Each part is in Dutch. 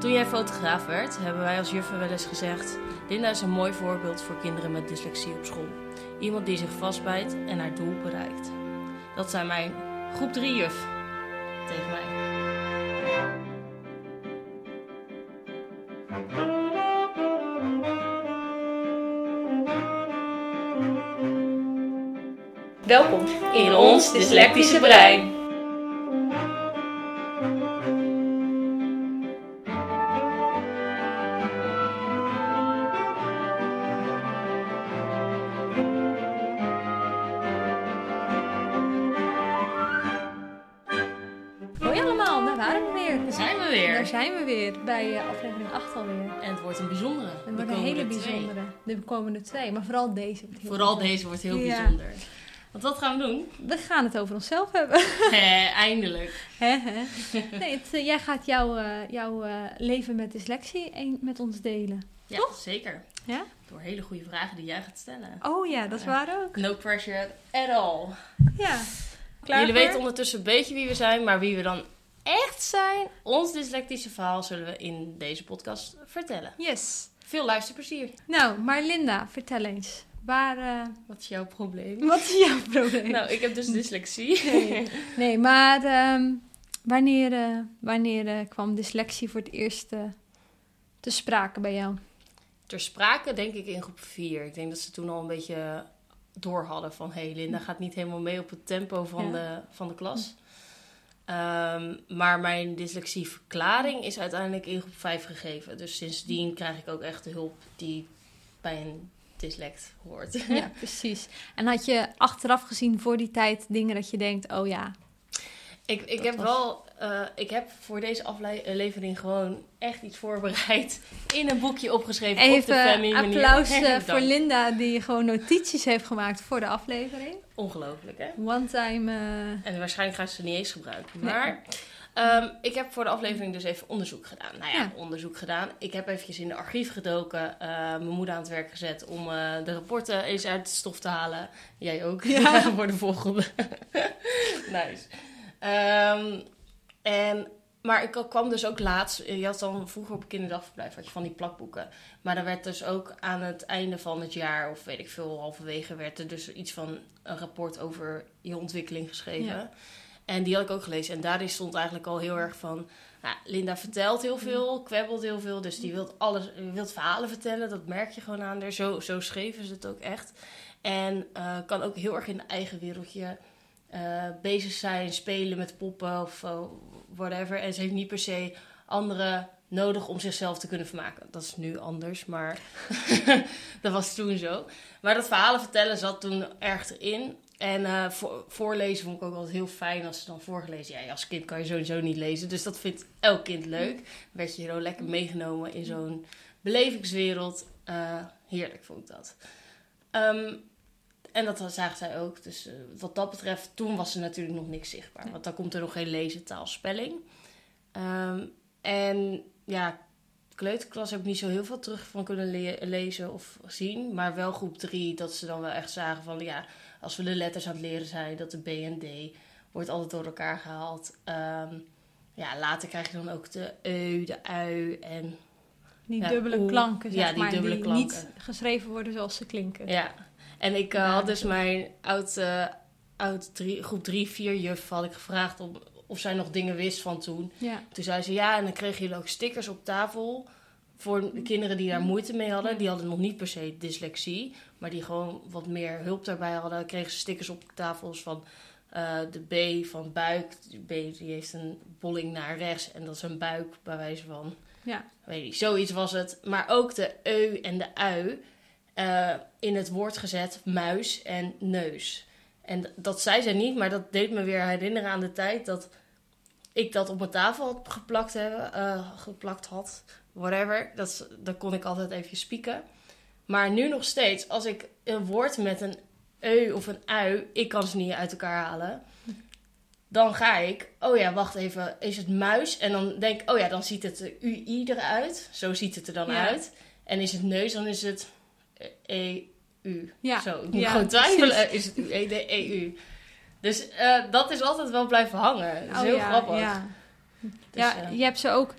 Toen jij fotograaf werd, hebben wij als juffen wel eens gezegd... Linda is een mooi voorbeeld voor kinderen met dyslexie op school. Iemand die zich vastbijt en haar doel bereikt. Dat zei mijn groep 3 juf tegen mij. Welkom in ons dyslectische brein. Hoi allemaal, daar waren we weer. Daar zijn we weer bij aflevering 8 alweer. En het wordt een bijzondere. Het wordt een hele bijzondere. De komende 2, maar vooral deze. Deze wordt heel bijzonder. Want wat gaan we doen? We gaan het over onszelf hebben. Eindelijk. Nee, jij gaat jouw leven met dyslexie met ons delen. Ja, toch? Zeker. Ja? Door hele goede vragen die jij gaat stellen. Oh ja, dat is waar ook. No pressure at all. Ja. Klaar Jullie voor? weten ondertussen een beetje wie we zijn, maar wie we dan echt zijn, ons dyslectische verhaal, zullen we in deze podcast vertellen. Yes. Veel luisterplezier. Nou, maar Linda, vertel eens. Wat is jouw probleem? Wat is jouw probleem? Nou, ik heb dus dyslexie. Nee, maar wanneer kwam dyslexie voor het eerst te sprake bij jou? Ter sprake denk ik in groep 4. Ik denk dat ze toen al een beetje door hadden van... Hé, Linda gaat niet helemaal mee op het tempo van de klas. Maar mijn dyslexieverklaring is uiteindelijk in groep 5 gegeven. Dus sindsdien krijg ik ook echt de hulp die bij een dyslect hoort. Ja, precies. En had je achteraf gezien voor die tijd dingen dat je denkt... Oh ja... Ik heb voor deze aflevering gewoon echt iets voorbereid. In een boekje opgeschreven op de Family manier. Even applaus voor Linda die gewoon notities heeft gemaakt voor de aflevering. Ongelooflijk, hè? One time... En waarschijnlijk gaan ze niet eens gebruiken. Maar ik heb voor de aflevering dus even onderzoek gedaan. Nou ja, onderzoek gedaan. Ik heb eventjes in de archief gedoken. Mijn moeder aan het werk gezet om de rapporten eens uit de stof te halen. Jij ook. Ja. Voor de volgende. Nice. Maar ik kwam dus ook laatst... Je had dan vroeger op een kinderdagverblijf had je van die plakboeken. Maar dan werd dus ook aan het einde van het jaar... of weet ik veel, halverwege... werd er dus iets van een rapport over je ontwikkeling geschreven. Ja. En die had ik ook gelezen. En daarin stond eigenlijk al heel erg van... Nou, Linda vertelt heel veel, kwebbelt heel veel. Dus die wilt verhalen vertellen. Dat merk je gewoon aan haar. Zo schreven ze het ook echt. En kan ook heel erg in een eigen wereldje... bezig zijn, spelen met poppen of whatever. En ze heeft niet per se anderen nodig om zichzelf te kunnen vermaken. Dat is nu anders, maar dat was toen zo. Maar dat verhalen vertellen zat toen erg erin. En voorlezen vond ik ook altijd heel fijn als ze dan voorgelezen. Ja, als kind kan je sowieso niet lezen, dus dat vindt elk kind leuk. Werd je zo lekker meegenomen in zo'n belevingswereld. Heerlijk vond ik dat. En dat zagen zij ook. Dus wat dat betreft, toen was er natuurlijk nog niks zichtbaar. Want dan komt er nog geen lezen, taal, spelling. En ja, kleuterklas heb ik niet zo heel veel terug van kunnen lezen of zien. Maar wel groep 3, dat ze dan wel echt zagen van... Ja, als we de letters aan het leren zijn, dat de B en D wordt altijd door elkaar gehaald. Later krijg je dan ook de E, de ui en... Die dubbele klanken, zeg maar. Die dubbele klanken. Niet geschreven worden zoals ze klinken. Ja. En ik had dus mijn groep 3, 4 juf had ik gevraagd of zij nog dingen wist van toen. Ja. Toen zei ze ja, en dan kregen jullie ook stickers op tafel voor de kinderen die daar moeite mee hadden. Ja. Die hadden nog niet per se dyslexie, maar die gewoon wat meer hulp daarbij hadden. Kregen ze stickers op tafels van de B van buik. De B die heeft een bolling naar rechts en dat is een buik bij wijze van... Ja. Weet je, zoiets was het. Maar ook de E en de ui... in het woord gezet muis en neus. En dat zei ze niet, maar dat deed me weer herinneren aan de tijd dat ik dat op mijn tafel had geplakt had. Whatever. Dat kon ik altijd even spieken. Maar nu nog steeds, als ik een woord met een E of een ui, ik kan ze niet uit elkaar halen. Dan ga ik, oh ja, wacht even, is het muis? En dan denk ik, oh ja, dan ziet het UI eruit. Zo ziet het er dan uit. En is het neus, dan is het... E-U. Ja. Zo, ik moet gewoon twijfelen. Is het U-E-D-E-U? Dus dat is altijd wel blijven hangen. Dat is heel grappig. Ja. Dus, je hebt ze ook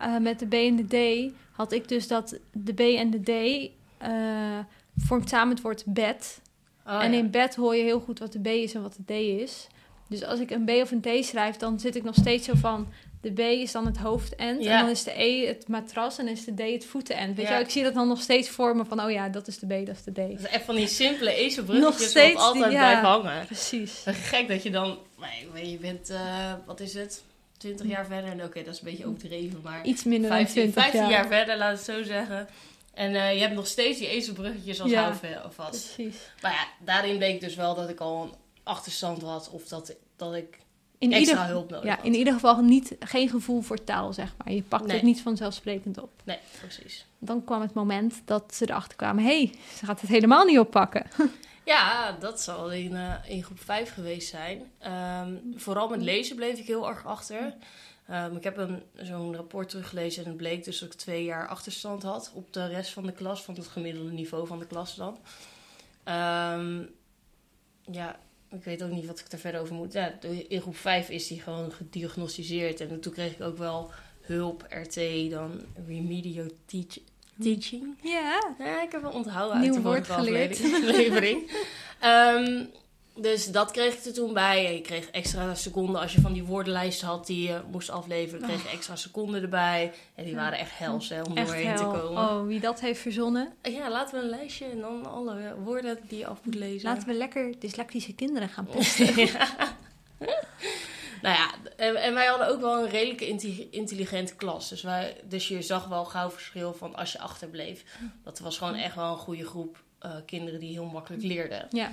met de B en de D had ik dus dat de B en de D vormt samen het woord bed. En in bed hoor je heel goed wat de B is en wat de D is. Dus als ik een B of een D schrijf, dan zit ik nog steeds zo van... De B is dan het hoofdend en dan is de E het matras en dan is de D het voetenend. Weet je wel, ik zie dat dan nog steeds voor me van... Oh ja, dat is de B, dat is de D. Dat is echt van die simpele ezelbruggetjes wat altijd blijft hangen. Precies. Gek dat je dan... Je bent, wat is het? 20 jaar verder. En oké, dat is een beetje overdreven, maar... Iets minder dan 15 jaar verder, laat het zo zeggen. En je hebt nog steeds die ezelbruggetjes als houvast. Precies. Maar ja, daarin bleek dus wel dat ik al een achterstand had. Of dat ik hulp nodig had. In ieder geval geen gevoel voor taal, zeg maar. Je pakt het niet vanzelfsprekend op. Nee, precies. Dan kwam het moment dat ze erachter kwamen... ze gaat het helemaal niet oppakken. Ja, dat zal in groep 5 geweest zijn. Vooral met lezen bleef ik heel erg achter. Ik heb zo'n rapport teruggelezen en het bleek dus dat ik 2 jaar achterstand had op de rest van de klas, van het gemiddelde niveau van de klas dan. Ik weet ook niet wat ik er verder over moet. Ja, in groep 5 is die gewoon gediagnosticeerd en toen kreeg ik ook wel hulp, RT, dan remedial teaching. Ja, ik heb wel onthouden nieuw uit de woord geleerd. aflevering. Dus dat kreeg ik er toen bij. En je kreeg extra seconden als je van die woordenlijst had die je moest afleveren. Kreeg je extra seconden erbij. En die waren echt hels om doorheen te komen. Oh, wie dat heeft verzonnen. Ja, laten we een lijstje en dan alle woorden die je af moet lezen. Laten we lekker dyslectische kinderen gaan pesten. Nou ja, en wij hadden ook wel een redelijke intelligente klas. Dus je zag wel gauw verschil van als je achterbleef. Dat was gewoon echt wel een goede groep kinderen die heel makkelijk leerden. Ja.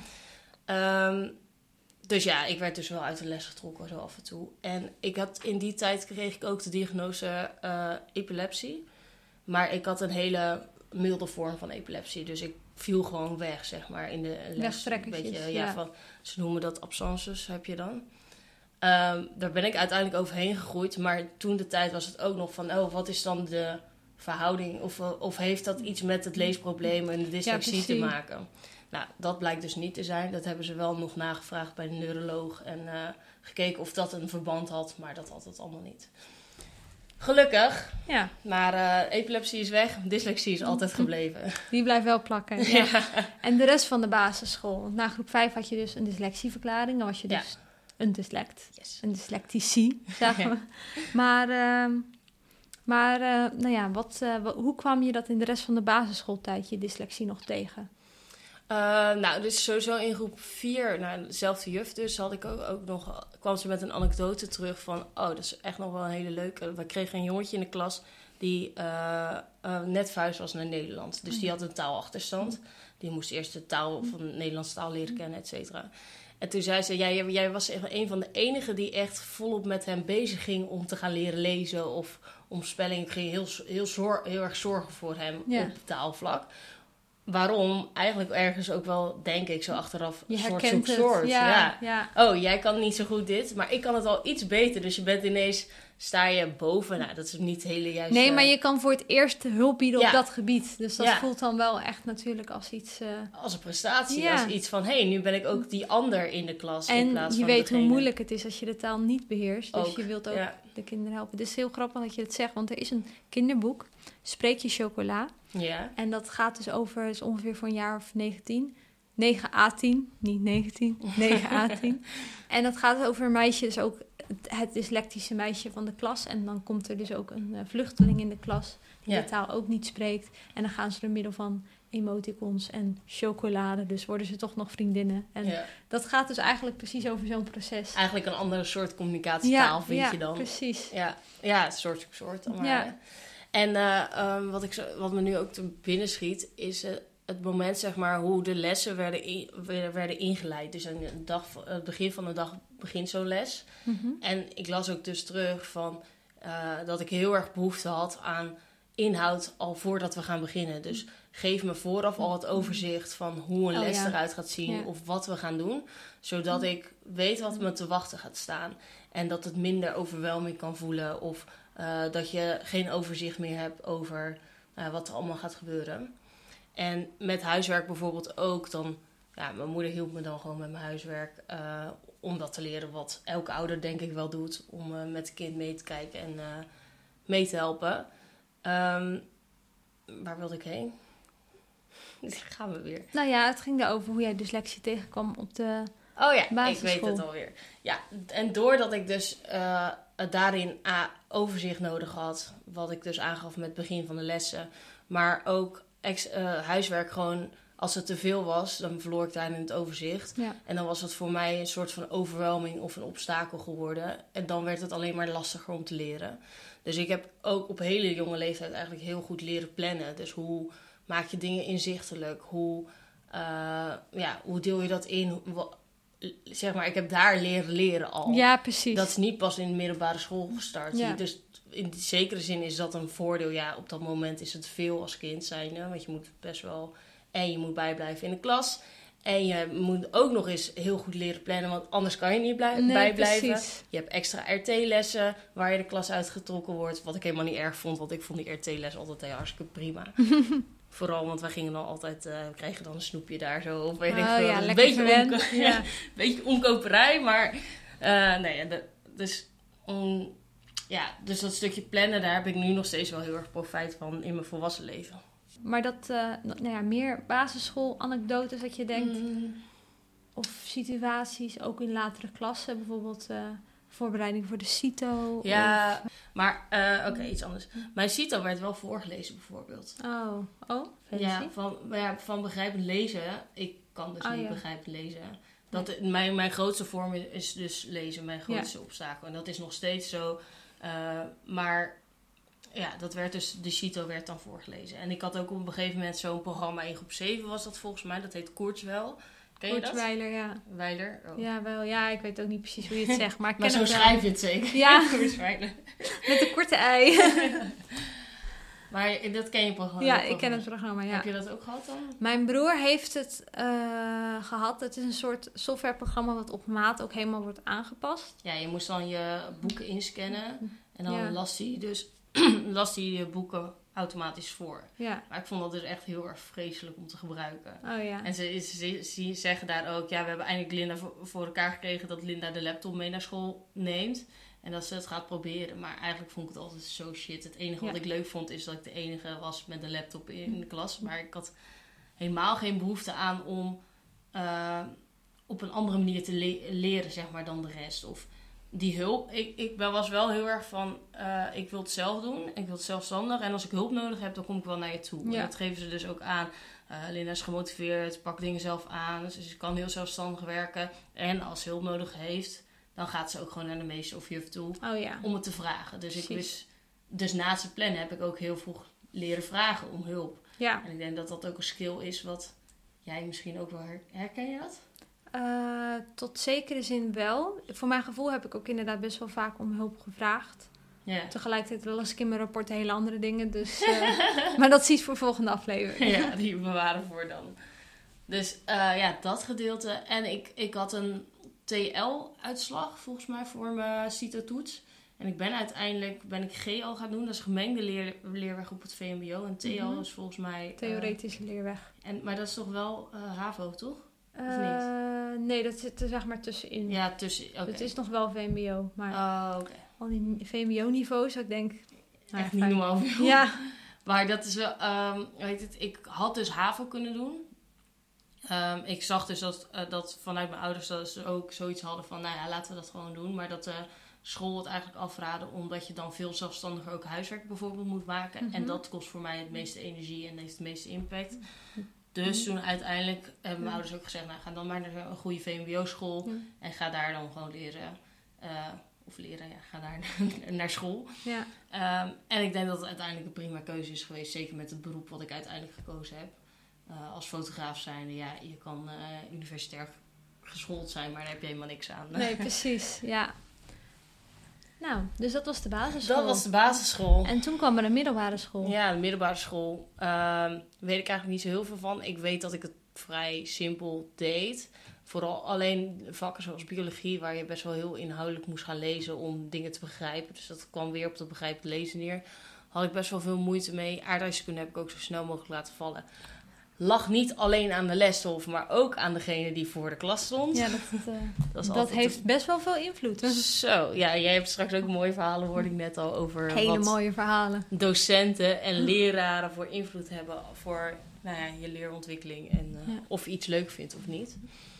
Dus ja, ik werd dus wel uit de les getrokken zo af en toe. En in die tijd kreeg ik ook de diagnose epilepsie. Maar ik had een hele milde vorm van epilepsie. Dus ik viel gewoon weg, zeg maar, in de les. Wegtrekkertjes, ze noemen dat absences, heb je dan. Daar ben ik uiteindelijk overheen gegroeid. Maar toen de tijd was het ook nog van... wat is dan de verhouding? Of heeft dat iets met het leesprobleem en de dyslexie te maken? Nou, dat blijkt dus niet te zijn. Dat hebben ze wel nog nagevraagd bij de neuroloog. En gekeken of dat een verband had. Maar dat had het allemaal niet. Gelukkig. Ja. Maar epilepsie is weg. Dyslexie is altijd gebleven. Die blijft wel plakken. Ja. En de rest van de basisschool. Want na groep 5 had je dus een dyslexieverklaring. Dan was je dus een dyslect. Yes. Een dyslectici, zagen we. Maar hoe kwam je dat in de rest van de basisschooltijd je dyslexie nog tegen? Dus sowieso in groep 4, dezelfde juf dus, had ik ook nog, kwam ze met een anekdote terug van... dat is echt nog wel een hele leuke. We kregen een jongetje in de klas die net verhuisd was naar Nederland. Dus die had een taalachterstand. Die moest eerst de taal van de Nederlandse taal leren kennen, et cetera. En toen zei ze, jij was echt een van de enigen die echt volop met hem bezig ging om te gaan leren lezen of om spelling. Ik ging heel erg zorgen voor hem op taalvlak. Waarom? Eigenlijk ergens ook wel, denk ik, zo achteraf. Je herkent het. Ja. Oh, jij kan niet zo goed dit, maar ik kan het al iets beter. Dus je bent ineens, sta je boven. Nou, dat is niet het hele juiste... Nee, maar je kan voor het eerst hulp bieden op dat gebied. Dus dat voelt dan wel echt natuurlijk als iets... Als een prestatie. Als iets van, nu ben ik ook die ander in de klas. En in plaats je van weet degene. hoe moeilijk het is als je de taal niet beheerst. Dus ook, je wilt ook de kinderen helpen. Het is heel grappig dat je het zegt, want er is een kinderboek, Spreek je chocola. Ja. En dat gaat dus over, is ongeveer voor een jaar of 19. 9 à 10, niet 19, 9 à 10. En dat gaat over een meisje, dus ook het dyslectische meisje van de klas. En dan komt er dus ook een vluchteling in de klas die de taal ook niet spreekt. En dan gaan ze door middel van emoticons en chocolade, dus worden ze toch nog vriendinnen. En dat gaat dus eigenlijk precies over zo'n proces. Eigenlijk een andere soort communicatietaal vind je dan. Precies. Ja, soort. Maar, ja. En wat me nu ook te binnen schiet, is het moment, zeg maar, hoe de lessen werden ingeleid. Dus het begin van de dag begint zo'n les. Mm-hmm. En ik las ook dus terug van dat ik heel erg behoefte had aan inhoud al voordat we gaan beginnen. Dus geef me vooraf al het overzicht van hoe een les eruit gaat zien of wat we gaan doen. Zodat ik weet wat me te wachten gaat staan. En dat het minder overweldigend kan voelen of dat je geen overzicht meer hebt over wat er allemaal gaat gebeuren. En met huiswerk bijvoorbeeld ook, dan... Ja, mijn moeder hielp me dan gewoon met mijn huiswerk om dat te leren wat elke ouder denk ik wel doet. Om met het kind mee te kijken en mee te helpen. Waar wilde ik heen? Gaan we weer. Nou ja, het ging erover hoe jij dyslexie tegenkwam op de basisschool. Ik weet het alweer. Ja, en doordat ik dus daarin overzicht nodig had, wat ik dus aangaf met het begin van de lessen, maar ook huiswerk gewoon, als het te veel was, dan verloor ik daarin het overzicht. Ja. En dan was het voor mij een soort van overwhelming of een obstakel geworden. En dan werd het alleen maar lastiger om te leren. Dus ik heb ook op hele jonge leeftijd eigenlijk heel goed leren plannen. Dus hoe maak je dingen inzichtelijk? Hoe deel je dat in? Zeg maar, ik heb daar leren al. Ja, precies. Dat is niet pas in de middelbare school gestart. Ja. Dus in zekere zin is dat een voordeel. Ja, op dat moment is het veel als kind zijnde. Want je moet best wel... En je moet bijblijven in de klas. En je moet ook nog eens heel goed leren plannen. Want anders kan je niet bijblijven. Precies. Je hebt extra RT-lessen waar je de klas uitgetrokken wordt. Wat ik helemaal niet erg vond. Want ik vond die RT-les altijd hartstikke prima. Vooral, want wij gingen dan altijd... we kregen dan een snoepje daar zo. Of weet ik veel. Ja, een beetje beetje omkoperij. Maar dus dat stukje plannen, daar heb ik nu nog steeds wel heel erg profijt van in mijn volwassen leven. Maar dat, meer basisschool-anekdotes dat je denkt... Of situaties, ook in latere klassen. Bijvoorbeeld voorbereiding voor de CITO. Ja, maar iets anders. Mijn CITO werd wel voorgelezen bijvoorbeeld. Oh, ja, van begrijpend lezen. Ik kan dus niet begrijpend lezen. Mijn grootste vorm is dus lezen, mijn grootste obstakel. En dat is nog steeds zo. Maar ja, dat werd dus, de CITO werd dan voorgelezen. En ik had ook op een gegeven moment zo'n programma in groep 7 was dat volgens mij. Dat heet Kurzweil. Ken je dat? Kurzweiler, ja. Weiler? Oh. Ja, wel. Ja, ik weet ook niet precies hoe je het zegt. Maar, maar zo schrijf je het zeker. Ja. Kurzweiler. Met een korte ei. Maar dat ken je programma? Ja, ik ken het programma, ja. Heb je dat ook gehad dan? Mijn broer heeft het gehad. Het is een soort softwareprogramma wat op maat ook helemaal wordt aangepast. Ja, je moest dan je boeken inscannen. En dan las hij je boeken automatisch voor. Ja. Maar ik vond dat dus echt heel erg vreselijk om te gebruiken. Oh, ja. En ze zeggen daar ook... Ja, we hebben eindelijk Linda voor elkaar gekregen... dat Linda de laptop mee naar school neemt. En dat ze het gaat proberen. Maar eigenlijk vond ik het altijd zo shit. Het enige wat ik leuk vond... is dat ik de enige was met een laptop in de klas. Maar ik had helemaal geen behoefte aan om... op een andere manier te leren, zeg maar, dan de rest. Of die hulp. Ik was wel heel erg van... ik wil het zelf doen. Ik wil het zelfstandig. En als ik hulp nodig heb, dan kom ik wel naar je toe. Ja. En dat geven ze dus ook aan. Linda is gemotiveerd. Pakt dingen zelf aan. Dus ze kan heel zelfstandig werken. En als ze hulp nodig heeft... dan gaat ze ook gewoon naar de meester of juf toe. Om het te vragen. Dus naast het plannen heb ik ook heel vroeg leren vragen om hulp. Ja. En ik denk dat dat ook een skill is wat jij misschien ook wel herken je dat? Tot zekere zin wel. Voor mijn gevoel heb ik ook inderdaad best wel vaak om hulp gevraagd. Yeah. Tegelijkertijd las ik in mijn rapport hele andere dingen. Dus, maar dat is iets voor de volgende aflevering. Ja, die bewaren voor dan. Dus dat gedeelte. En ik had een TL-uitslag volgens mij voor mijn CITO-toets. En ik ben uiteindelijk GL gaan doen. Dat is gemengde leerweg op het VMBO. En TL is volgens mij... theoretische leerweg. Maar dat is toch wel HAVO, toch? Of niet? Nee, dat zit er zeg maar tussenin. Ja, oké. Het is nog wel VMBO. Maar al die VMBO-niveaus, ik denk... Echt niet normaal veel. Ja. Maar dat is wel... ik had dus HAVO kunnen doen. Ik zag dus dat vanuit mijn ouders dat ze ook zoiets hadden van... Nou ja, laten we dat gewoon doen. Maar dat de school het eigenlijk afraden... omdat je dan veel zelfstandiger ook huiswerk bijvoorbeeld moet maken. En dat kost voor mij het meeste energie en heeft het meeste impact. Dus toen uiteindelijk hebben mijn ouders ook gezegd... Nou, ga dan maar naar een goede VMBO-school... en ga daar dan gewoon leren... ga daar naar school. Ja. En ik denk dat het uiteindelijk een prima keuze is geweest. Zeker met het beroep wat ik uiteindelijk gekozen heb. Als fotograaf zijnde, ja, je kan universitair geschoold zijn, maar daar heb je helemaal niks aan. Nee, precies, ja. Nou, dus dat was de basisschool. Dat was de basisschool. En toen kwam er een middelbare school. Ja, de middelbare school. Weet ik eigenlijk niet zo heel veel van. Ik weet dat ik het vrij simpel deed. Vooral alleen vakken zoals biologie, waar je best wel heel inhoudelijk moest gaan lezen om dingen te begrijpen. Dus dat kwam weer op dat begrijpend lezen neer. Had ik best wel veel moeite mee. Aardrijkskunde heb ik ook zo snel mogelijk laten vallen. lag niet alleen aan de lesstof, maar ook aan degene die voor de klas stond. Ja, dat heeft best wel veel invloed. Zo, ja, jij hebt straks ook mooie verhalen, hoorde ik net al, over hele wat mooie verhalen. Docenten en leraren voor invloed hebben voor je leerontwikkeling en of je iets leuk vindt of niet.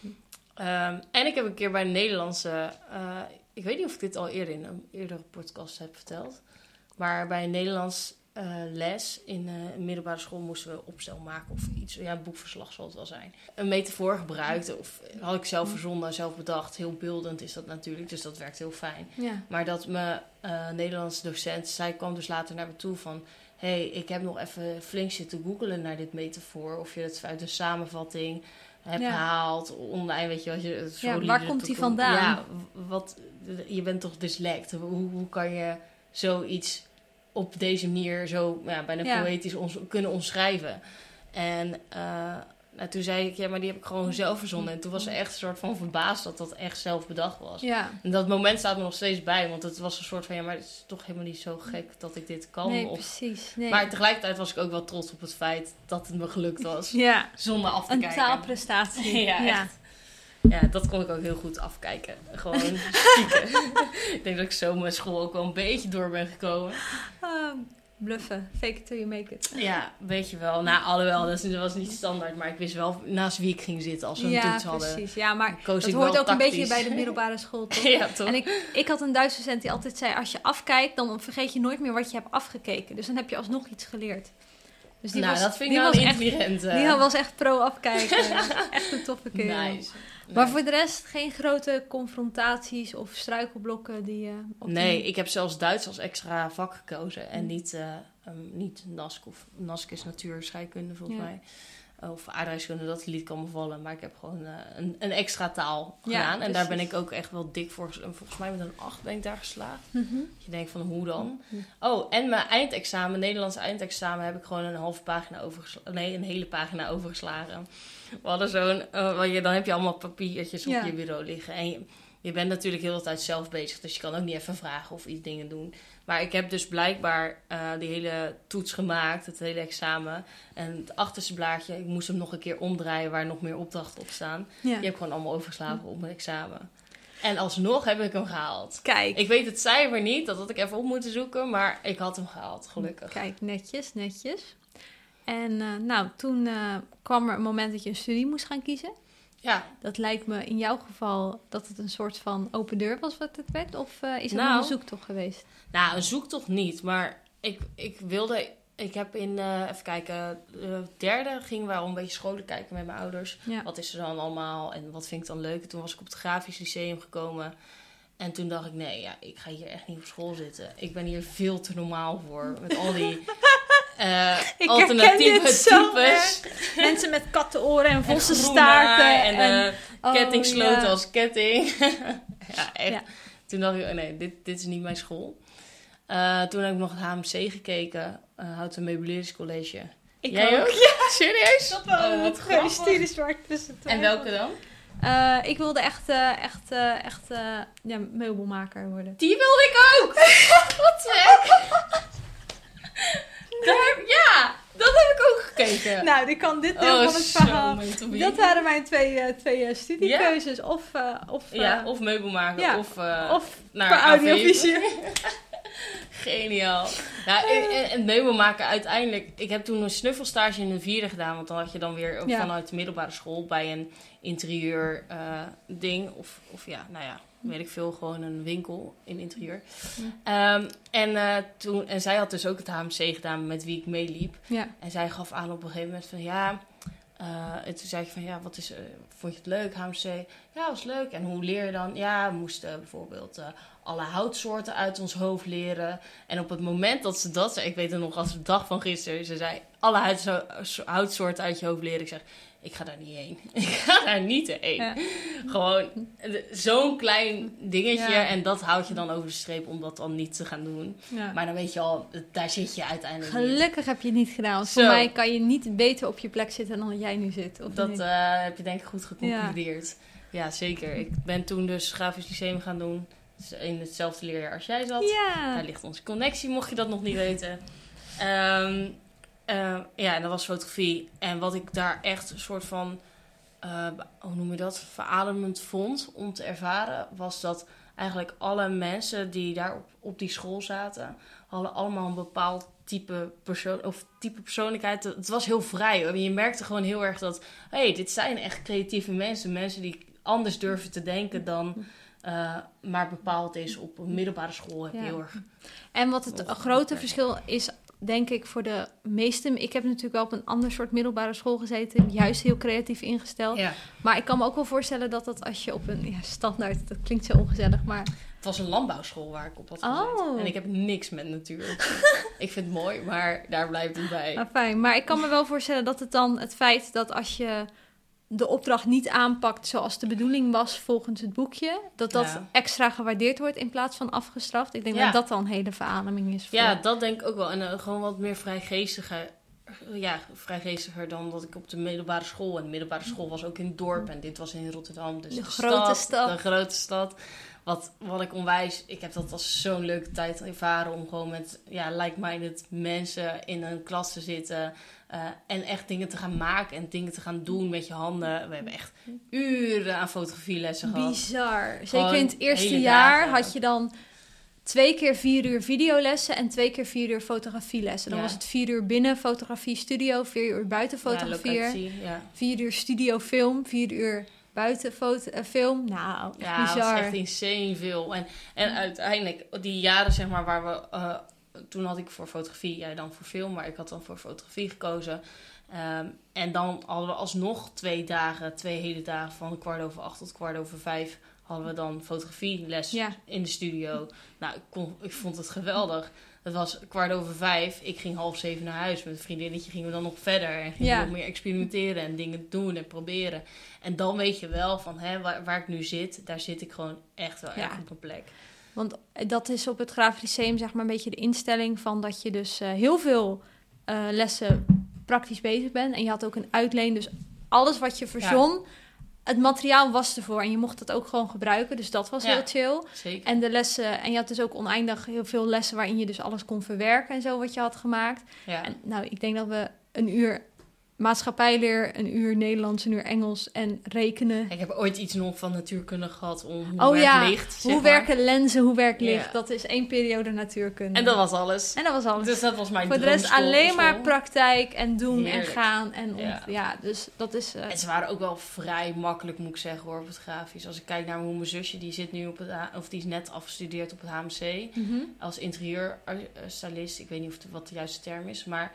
En ik heb een keer bij een Nederlandse, ik weet niet of ik dit al eerder in een eerdere podcast heb verteld, maar bij een Nederlands les in een middelbare school moesten we opstel maken of iets. Ja, een boekverslag zal het wel zijn. Een metafoor gebruikt of had ik zelf verzonnen, zelf bedacht. Heel beeldend is dat natuurlijk, dus dat werkt heel fijn. Ja. Maar dat mijn Nederlandse docent, zij kwam dus later naar me toe van, hey, ik heb nog even flink zitten googlen naar dit metafoor. Of je het uit de samenvatting hebt gehaald online, weet je wat je. Ja, waar komt die vandaan? Ja, je bent toch dyslect? Hoe kan je zoiets op deze manier zo bijna poëtisch kunnen omschrijven? En toen zei ik, ja, maar die heb ik gewoon zelf verzonnen. En toen was ze echt een soort van verbaasd dat dat echt zelf bedacht was. Ja. En dat moment staat me nog steeds bij, want het was een soort van, ja, maar het is toch helemaal niet zo gek dat ik dit kan. Nee, precies. Nee. Maar tegelijkertijd was ik ook wel trots op het feit dat het me gelukt was. Zonder af te kijken. Een taalprestatie. Ja. Ja, dat kon ik ook heel goed afkijken. Gewoon stiekem. Ik denk dat ik zo mijn school ook wel een beetje door ben gekomen. Bluffen. Fake it till you make it. Ja, weet je wel. Nou, alhoewel, dat was niet standaard. Maar ik wist wel naast wie ik ging zitten als we een toets hadden. Ja, precies. Ja, maar dat hoort ook tactisch. Een beetje bij de middelbare school, toch? Ja, toch? En ik had een Duitse docent die altijd zei, als je afkijkt, dan vergeet je nooit meer wat je hebt afgekeken. Dus dan heb je alsnog iets geleerd. Dus dat vind ik wel intelligent. Die was echt pro-afkijken. Echt een toffe kerel. Nice. Maar voor de rest geen grote confrontaties of struikelblokken die Nee, ik heb zelfs Duits als extra vak gekozen. En niet NASK. Of NASK is natuurscheikunde volgens mij. Of aardrijkskunde, dat liet kan me vallen. Maar ik heb gewoon een extra taal gedaan. En daar ben ik ook echt wel dik voor. Volgens mij met een 8 ben ik daar geslaagd. Mm-hmm. Je denkt van, hoe dan? Oh, en mijn eindexamen, Nederlands eindexamen, heb ik gewoon een hele pagina overgeslagen. We hadden dan heb je allemaal papiertjes op je bureau liggen. En je bent natuurlijk heel de tijd zelf bezig. Dus je kan ook niet even vragen of iets dingen doen. Maar ik heb dus blijkbaar die hele toets gemaakt, het hele examen. En het achterste blaadje, ik moest hem nog een keer omdraaien waar nog meer opdrachten op staan. Die heb ik gewoon allemaal overgeslagen op mijn examen. En alsnog heb ik hem gehaald. Kijk. Ik weet het cijfer niet, dat had ik even op moeten zoeken. Maar ik had hem gehaald, gelukkig. Kijk, netjes. En toen kwam er een moment dat je een studie moest gaan kiezen. Ja. Dat lijkt me in jouw geval dat het een soort van open deur was wat het werd. Of is het een zoektocht geweest? Nou, een zoektocht niet. Maar ik heb even kijken, de derde gingen we al een beetje scholen kijken met mijn ouders. Ja. Wat is er dan allemaal en wat vind ik dan leuk? En toen was ik op het Grafisch Lyceum gekomen. En toen dacht ik, ik ga hier echt niet op school zitten. Ik ben hier veel te normaal voor. Met al die alternatieve types. Mensen met kattenoren en vossen staarten. En kettingsloten als ketting. Ja, echt. Ja. Toen dacht ik, dit is niet mijn school. Toen heb ik nog het HMC gekeken. Houten Meubeleringscollege. Jij ook? Ja. Serieus? Dat wel. Wat gefeliciteerd zwart tussen twee. En welke dan? Ik wilde echt meubelmaker worden. Die wilde ik ook! Wat gek! Dat heb ik ook gekeken. Nou, ik kan dit deel van het verhaal. Dat waren mijn twee studiekeuzes. Yeah. Of meubelmaker. Of naar audiovisueel. Geniaal. En meubelmaken uiteindelijk. Ik heb toen een snuffelstage in de 4e gedaan. Want dan had je dan weer vanuit de middelbare school bij een interieur ding. Of weet ik veel, gewoon een winkel in interieur. En zij had dus ook het HMC gedaan met wie ik meeliep. Ja. En zij gaf aan op een gegeven moment van en toen zei ik van vond je het leuk, HMC? Ja, was leuk. En hoe leer je dan? Ja, we moesten bijvoorbeeld alle houtsoorten uit ons hoofd leren. En op het moment dat ze dat zei, ik weet het nog als de dag van gisteren, ze zei alle houtsoorten uit je hoofd leren. Ik zeg, ik ga daar niet heen. Ik ga daar niet heen. Ja. Gewoon zo'n klein dingetje. Ja. En dat houdt je dan over de streep om dat dan niet te gaan doen. Ja. Maar dan weet je al, daar zit je uiteindelijk Gelukkig niet. Heb je het niet gedaan. Want voor mij kan je niet beter op je plek zitten dan jij nu zit. Of dat heb je denk ik goed geconcludeerd. Ja, zeker. Ik ben toen dus Grafisch Lyceum gaan doen. Dus in hetzelfde leerjaar als jij zat. Ja. Daar ligt onze connectie, mocht je dat nog niet weten. en dat was fotografie. En wat ik daar echt een soort van, hoe noem je dat, verademend vond om te ervaren, was dat eigenlijk alle mensen die daar op die school zaten, hadden allemaal een bepaald type persoonlijkheid. Het was heel vrij. Hoor. Je merkte gewoon heel erg dat, dit zijn echt creatieve mensen. Mensen die anders durven te denken dan maar bepaald is op een middelbare school. Heb je heel erg. En wat het grote verschil is, denk ik, voor de meeste... Ik heb natuurlijk wel op een ander soort middelbare school gezeten, juist heel creatief ingesteld. Ja. Maar ik kan me ook wel voorstellen dat als je op een standaard... Dat klinkt zo ongezellig, maar... Het was een landbouwschool waar ik op had gezeten. En ik heb niks met natuur. Ik vind het mooi, maar daar blijft het bij. Nou, fijn. Maar ik kan me wel voorstellen dat het feit dat als je de opdracht niet aanpakt zoals de bedoeling was volgens het boekje, dat extra gewaardeerd wordt in plaats van afgestraft. Ik denk dat dat dan een hele verademing is. Ja, dat denk ik ook wel. En gewoon wat meer vrijgeestiger dan dat ik op de middelbare school. En de middelbare school was ook in het dorp en dit was in Rotterdam. Dus de grote stad. Wat ik onwijs... Ik heb dat als zo'n leuke tijd ervaren om gewoon met like-minded mensen in een klas te zitten. En echt dingen te gaan maken en dingen te gaan doen met je handen. We hebben echt uren aan fotografielessen gehad. Bizar. Zeker in het eerste jaar had je dan 2 keer 4 uur videolessen en 2 keer 4 uur fotografielessen. Dan was het 4 uur binnen fotografie studio, 4 uur buiten fotografie, 4 uur studio film, 4 uur buiten film. Nou, bizar. Ja, dat is echt insane veel. En uiteindelijk, die jaren zeg maar waar we... toen had ik voor fotografie, jij dan voor film, maar ik had dan voor fotografie gekozen. En dan hadden we alsnog 2 hele dagen van 7:15 tot 5:15 hadden we dan fotografieles in de studio. Nou, ik vond het geweldig. Het was 5:15. Ik ging 6:30 naar huis. Met een vriendinnetje gingen we dan nog verder. En gingen we nog meer experimenteren en dingen doen en proberen. En dan weet je wel van waar ik nu zit, daar zit ik gewoon echt wel erg op mijn plek. Want dat is op het Grafisch Lyceum zeg maar een beetje de instelling van dat je dus heel veel lessen praktisch bezig bent. En je had ook een uitleen. Dus alles wat je verzon, het materiaal was ervoor. En je mocht dat ook gewoon gebruiken. Dus dat was heel chill. Zeker. En de lessen, en je had dus ook oneindig heel veel lessen waarin je dus alles kon verwerken en zo wat je had gemaakt. Ja. En nou, ik denk dat we een uur maatschappijleer, een uur Nederlands, een uur Engels en rekenen. Ik heb ooit iets nog van natuurkunde gehad om hoe werkt licht. Hoe werken lenzen, hoe werkt licht. Ja. Dat is 1 periode natuurkunde. En dat was alles. Dus dat was mijn voor de rest alleen maar praktijk en doen en gaan. Dus dat is... En ze waren ook wel vrij makkelijk, moet ik zeggen, hoor, op het grafisch. Als ik kijk naar hoe mijn zusje, die zit nu die is net afgestudeerd op het HMC. Als interieurstylist. Ik weet niet wat de juiste term is, maar...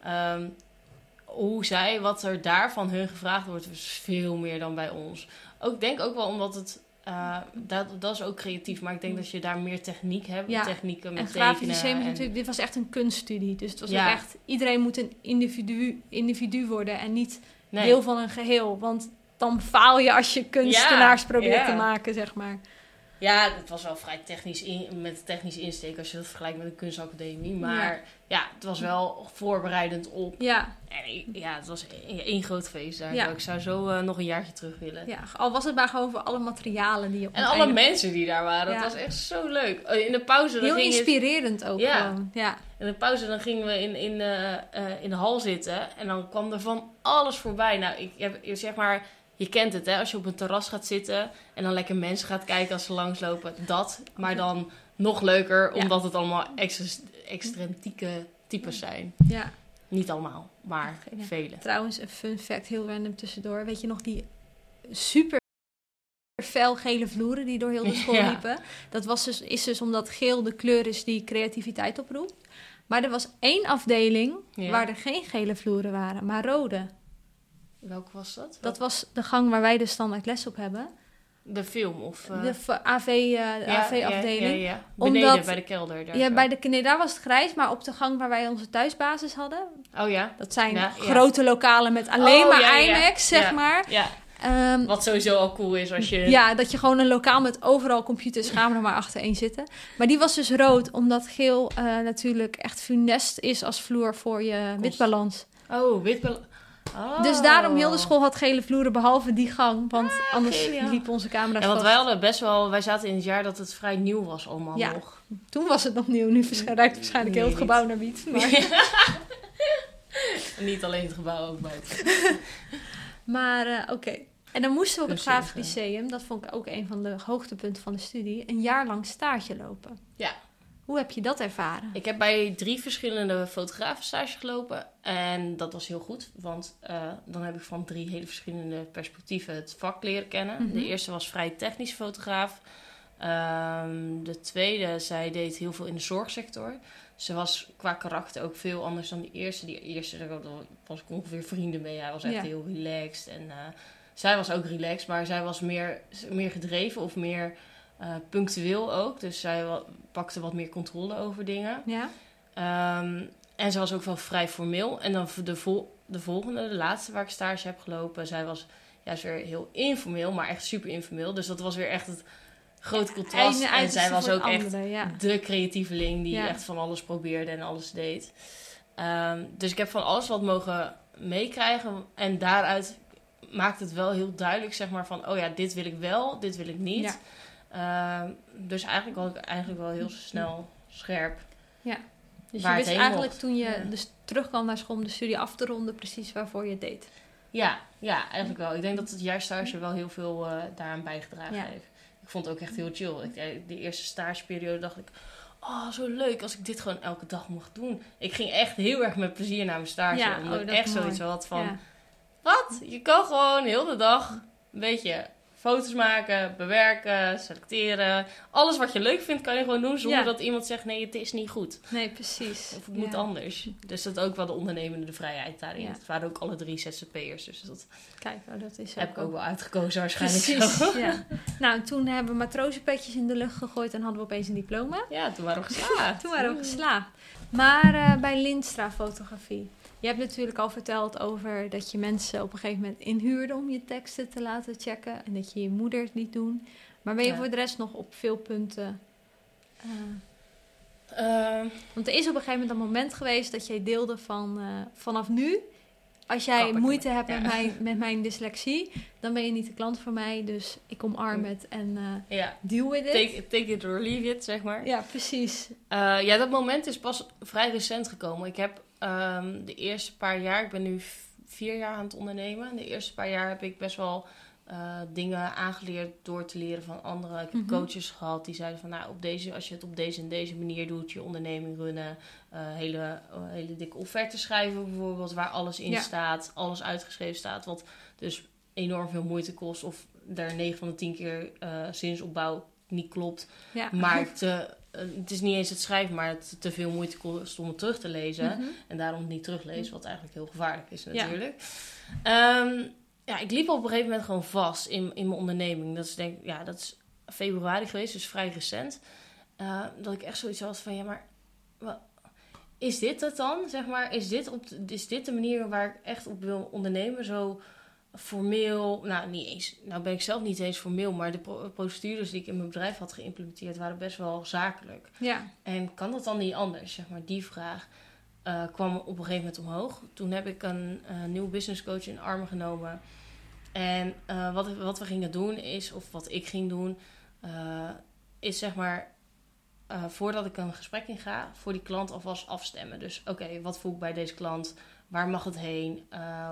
wat er daar van hun gevraagd wordt, is veel meer dan bij ons. Ik denk ook wel omdat het... dat is ook creatief, maar ik denk dat je daar meer techniek hebt. Ja. Technieken met tekenen. En Grafisch Lyceum natuurlijk, dit was echt een kunststudie. Dus het was ook echt... Iedereen moet een individu worden en niet deel van een geheel. Want dan faal je als je kunstenaars probeert te maken, zeg maar. Ja, het was wel vrij met technisch insteek als je dat vergelijkt met een kunstacademie. Maar het was wel voorbereidend op. Ja. En het was één groot feest daar. Ja. Ik zou zo nog een jaartje terug willen. Ja, al was het maar gewoon voor alle materialen die je op en alle mensen die daar waren. Het was echt zo leuk. In de pauze... Heel inspirerend ook gewoon. Ja. In de pauze dan gingen we in de hal zitten. En dan kwam er van alles voorbij. Nou, ik heb zeg maar... Je kent het, hè? Als je op een terras gaat zitten en dan lekker mensen gaat kijken als ze langslopen. Dat, maar dan nog leuker, omdat het allemaal excentrieke types zijn. Ja. Niet allemaal, maar vele. Trouwens, een fun fact, heel random tussendoor. Weet je nog die super fel gele vloeren die door heel de school liepen? Dat is dus omdat geel de kleur is die creativiteit oproept. Maar er was 1 afdeling waar er geen gele vloeren waren, maar rode. Welke was dat? Dat was de gang waar wij de standaard les op hebben. De film of... De AV-afdeling. Ja. Beneden, bij de kelder. Daar daar was het grijs, maar op de gang waar wij onze thuisbasis hadden... Oh ja. Dat zijn grote lokalen met alleen maar IMAX, zeg maar. Ja. Wat sowieso al cool is als je... Ja, dat je gewoon een lokaal met overal computers, gaan er maar achtereen zitten. Maar die was dus rood, omdat geel natuurlijk echt funest is als vloer voor je witbalans. Oh, witbalans. Oh. Dus daarom heel de school had gele vloeren, behalve die gang. Want anders liep onze camera vast. Want wij hadden wij zaten in het jaar dat het vrij nieuw was allemaal nog. Toen was het nog nieuw. Nu ruikt waarschijnlijk heel het gebouw naar wiet. Maar... Niet alleen het gebouw, ook buiten. Maar oké. En dan moesten we op het Grafisch Lyceum, dat vond ik ook een van de hoogtepunten van de studie, een jaar lang stage lopen. Ja. Hoe heb je dat ervaren? Ik heb bij 3 verschillende fotografen stage gelopen. En dat was heel goed. Want dan heb ik van 3 hele verschillende perspectieven het vak leren kennen. Mm-hmm. De eerste was vrij technisch fotograaf. De tweede, zij deed heel veel in de zorgsector. Ze was qua karakter ook veel anders dan de eerste. Die eerste, daar was ik ongeveer vrienden mee. Hij was echt heel relaxed. En zij was ook relaxed, maar zij was meer gedreven of meer punctueel ook. Dus zij pakte wat meer controle over dingen. Ja. En ze was ook wel vrij formeel. En dan de volgende, de laatste waar ik stage heb gelopen, zij was juist weer heel informeel, maar echt super informeel. Dus dat was weer echt het grote contrast. En zij was ook echt de creatieveling die echt van alles probeerde en alles deed. Dus ik heb van alles wat mogen meekrijgen. En daaruit maakt het wel heel duidelijk, zeg maar, van, oh ja, dit wil ik wel, dit wil ik niet. Ja. Dus eigenlijk was ik wel heel snel scherp. Ja. Dus je wist eigenlijk toen je dus terugkwam naar school om de studie af te ronden, precies waarvoor je het deed. Ja, eigenlijk wel. Ik denk dat het juist stage wel heel veel daaraan bijgedragen heeft. Ik vond het ook echt heel chill. De eerste stageperiode dacht ik, oh, zo leuk als ik dit gewoon elke dag mocht doen. Ik ging echt heel erg met plezier naar mijn stage. Omdat ik echt zoiets had van, wat? Je kan gewoon heel de dag een beetje foto's maken, bewerken, selecteren. Alles wat je leuk vindt kan je gewoon doen zonder dat iemand zegt, nee, het is niet goed. Nee, precies. Of het moet anders. Dus dat is ook wel de ondernemende vrijheid daarin. Het waren ook alle 3 ZZP'ers. Dus dat, dat is heb ik ook wel uitgekozen waarschijnlijk. Precies, zo. Ja. Nou, toen hebben we matrozenpetjes in de lucht gegooid en hadden we opeens een diploma. Ja, toen waren we geslaagd. Maar bij Lindstra Fotografie. Je hebt natuurlijk al verteld over dat je mensen op een gegeven moment inhuurde om je teksten te laten checken. En dat je je moeder het liet doen. Maar ben je voor de rest nog op veel punten... Want er is op een gegeven moment een moment geweest dat jij deelde van... vanaf nu, als jij moeite hebt met mijn dyslexie, dan ben je niet de klant voor mij. Dus ik omarm het en deal with it. Take it or leave it, zeg maar. Ja, precies. Dat moment is pas vrij recent gekomen. Ik heb de eerste paar jaar... Ik ben nu 4 jaar aan het ondernemen. De eerste paar jaar heb ik best wel dingen aangeleerd door te leren van anderen. Ik heb coaches gehad die zeiden van... Nou, als je het op deze en deze manier doet, je onderneming runnen... hele dikke offerte schrijven bijvoorbeeld, waar alles in staat. Alles uitgeschreven staat, wat dus enorm veel moeite kost. Of daar 9 van de 10 keer zinsopbouw niet klopt. Ja. Maar het is niet eens het schrijven, maar het te veel moeite kost om het terug te lezen. En daarom het niet teruglezen, wat eigenlijk heel gevaarlijk is natuurlijk. Ik liep op een gegeven moment gewoon vast in mijn onderneming. Dat is dat is februari geweest, dus vrij recent. Dat ik echt zoiets had van, maar is dit het dan? Zeg maar, is dit de manier waar ik echt op wil ondernemen? Zo formeel, nou niet eens, nou ben ik zelf niet eens formeel, maar de procedures die ik in mijn bedrijf had geïmplementeerd waren best wel zakelijk. Ja. En kan dat dan niet anders? Zeg maar, die vraag kwam op een gegeven moment omhoog. Toen heb ik een nieuwe business coach in armen genomen. En wat we gingen doen is, of wat ik ging doen, is zeg maar, voordat ik een gesprek in ga, voor die klant alvast afstemmen. Dus oké, wat voel ik bij deze klant? Waar mag het heen?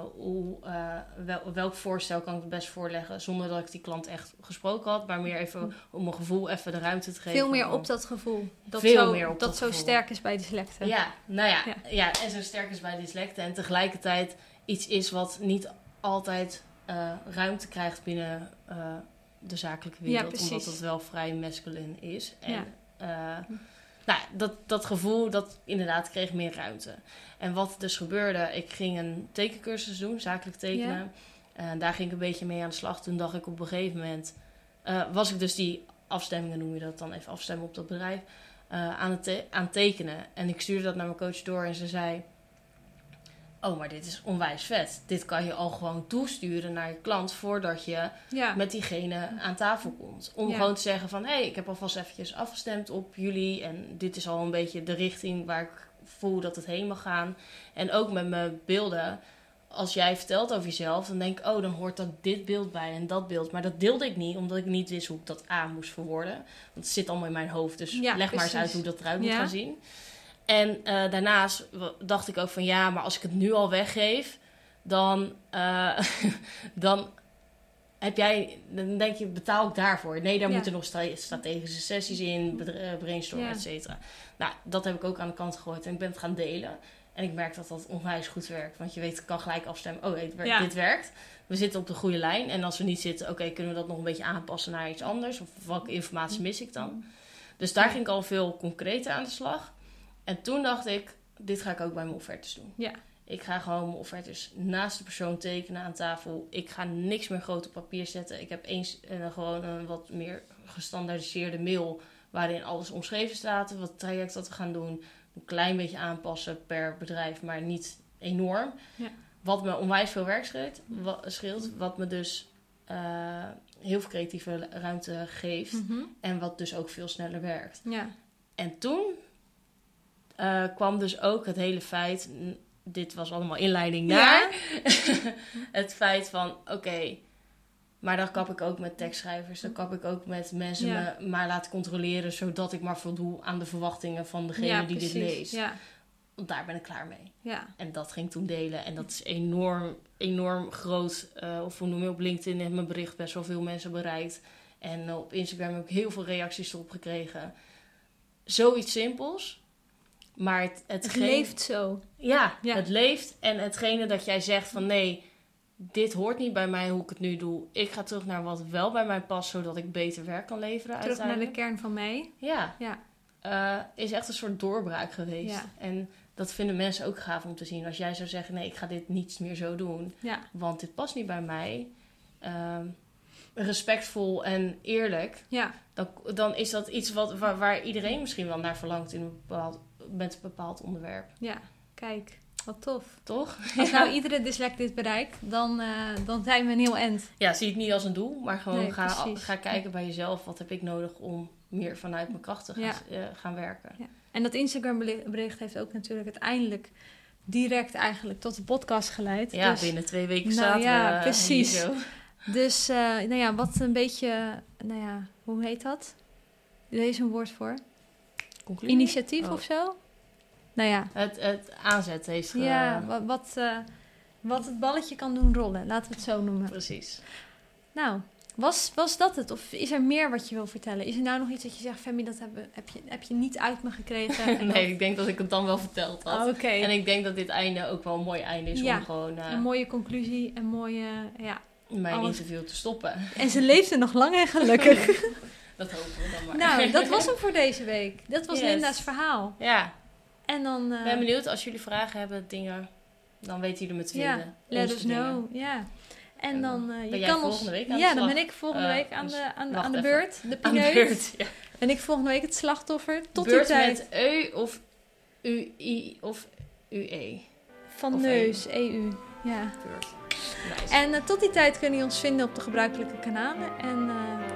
Welk voorstel kan ik het best voorleggen zonder dat ik die klant echt gesproken had, maar meer even om mijn gevoel even de ruimte te geven. Veel meer op dat gevoel. Dat zo sterk is bij dyslecten. Ja, en zo sterk is bij dyslecten en tegelijkertijd iets is wat niet altijd ruimte krijgt binnen de zakelijke wereld, omdat het wel vrij masculine is. En, dat gevoel, dat inderdaad kreeg meer ruimte. En wat dus gebeurde, ik ging een tekencursus doen, zakelijk tekenen. En daar ging ik een beetje mee aan de slag. Toen dacht ik op een gegeven moment, was ik dus die afstemmingen, noem je dat dan even, afstemmen op dat bedrijf, aan het tekenen. En ik stuurde dat naar mijn coach door en ze zei, oh, maar dit is onwijs vet. Dit kan je al gewoon toesturen naar je klant voordat je met diegene aan tafel komt. Om gewoon te zeggen van, ik heb alvast eventjes afgestemd op jullie. En dit is al een beetje de richting waar ik voel dat het heen mag gaan. En ook met mijn beelden. Als jij vertelt over jezelf, dan denk ik, dan hoort dat dit beeld bij en dat beeld. Maar dat deelde ik niet, omdat ik niet wist hoe ik dat moest verwoorden. Want het zit allemaal in mijn hoofd. Dus leg maar eens uit hoe dat eruit moet gaan zien. En daarnaast dacht ik ook van ja, maar als ik het nu al weggeef, dan heb jij, dan denk je, betaal ik daarvoor? Nee, daar moeten nog strategische sessies in, brainstormen, et cetera. Nou, dat heb ik ook aan de kant gegooid en ik ben het gaan delen. En ik merk dat dat onwijs goed werkt. Want je weet, ik kan gelijk afstemmen. Oh, dit werkt. We zitten op de goede lijn. En als we niet zitten, oké, kunnen we dat nog een beetje aanpassen naar iets anders? Of welke informatie mis ik dan? Dus daar ging ik al veel concreter aan de slag. En toen dacht ik, dit ga ik ook bij mijn offertes doen. Ja. Ik ga gewoon mijn offertes naast de persoon tekenen aan tafel. Ik ga niks meer groot op papier zetten. Ik heb gewoon een wat meer gestandaardiseerde mail waarin alles omschreven staat. Wat traject dat we gaan doen. Een klein beetje aanpassen per bedrijf, maar niet enorm. Ja. Wat me onwijs veel werk scheelt. Wat me dus heel veel creatieve ruimte geeft. Mm-hmm. En wat dus ook veel sneller werkt. Ja. En toen kwam dus ook het hele feit... Dit was allemaal inleiding naar het feit van... Oké, maar dan kap ik ook met tekstschrijvers. Dan kap ik ook met mensen me maar laten controleren... zodat ik maar voldoe aan de verwachtingen van degene die dit leest. Ja. Want daar ben ik klaar mee. Ja. En dat ging ik toen delen. En dat is enorm groot. Of hoe noem je, op LinkedIn heeft mijn bericht best wel veel mensen bereikt. En op Instagram heb ik heel veel reacties erop gekregen. Zoiets simpels... Maar het leeft zo. Ja, het leeft. En hetgene dat jij zegt van nee, dit hoort niet bij mij hoe ik het nu doe. Ik ga terug naar wat wel bij mij past, zodat ik beter werk kan leveren terug naar de kern van mij. Ja. Is echt een soort doorbraak geweest. Ja. En dat vinden mensen ook gaaf om te zien. Als jij zou zeggen, nee, ik ga dit niet meer zo doen. Ja. Want dit past niet bij mij. Respectvol en eerlijk. Ja. Dan is dat iets waar iedereen misschien wel naar verlangt met een bepaald onderwerp. Ja, kijk, wat tof. Toch? Als nou iedere dyslect dit bereikt, dan zijn we een heel eind. Ja, zie het niet als een doel, maar gewoon ga kijken bij jezelf. Wat heb ik nodig om meer vanuit mijn kracht te gaan werken. Ja. En dat Instagram bericht heeft ook natuurlijk uiteindelijk direct eigenlijk tot de podcast geleid. Ja, dus, binnen 2 weken zaten we precies. Hier zo. Dus, wat een beetje, hoe heet dat? Er is een woord voor. Conclusie? Initiatief of zo? Nou ja. Het aanzet heeft... wat het balletje kan doen rollen. Laten we het zo noemen. Precies. Nou, was dat het? Of is er meer wat je wil vertellen? Is er nou nog iets dat je zegt... Femi, dat heb je niet uit me gekregen? Nee, ik denk dat ik het dan wel verteld had. Okay. En ik denk dat dit einde ook wel een mooi einde is. Om gewoon... een mooie conclusie. Een mooie... mijn interview te stoppen. En ze leefde nog lang en gelukkig. Dat hopen we dan maar. Nou, dat was hem voor deze week. Dat was Linda's verhaal. Ja. En dan... Ik ben benieuwd, als jullie vragen hebben, dingen, dan weten jullie me te vinden. Ja, let us know. Ja. En dan... ben jij volgende week aan de slag? Ja, dan ben ik volgende week aan de beurt. De pineut. Ja. Ben ik volgende week het slachtoffer. Tot beurt die tijd. Met EU of UI of UE? Van of neus, EU. Ja. Beurt. Nice. En tot die tijd kunnen jullie ons vinden op de gebruikelijke kanalen. En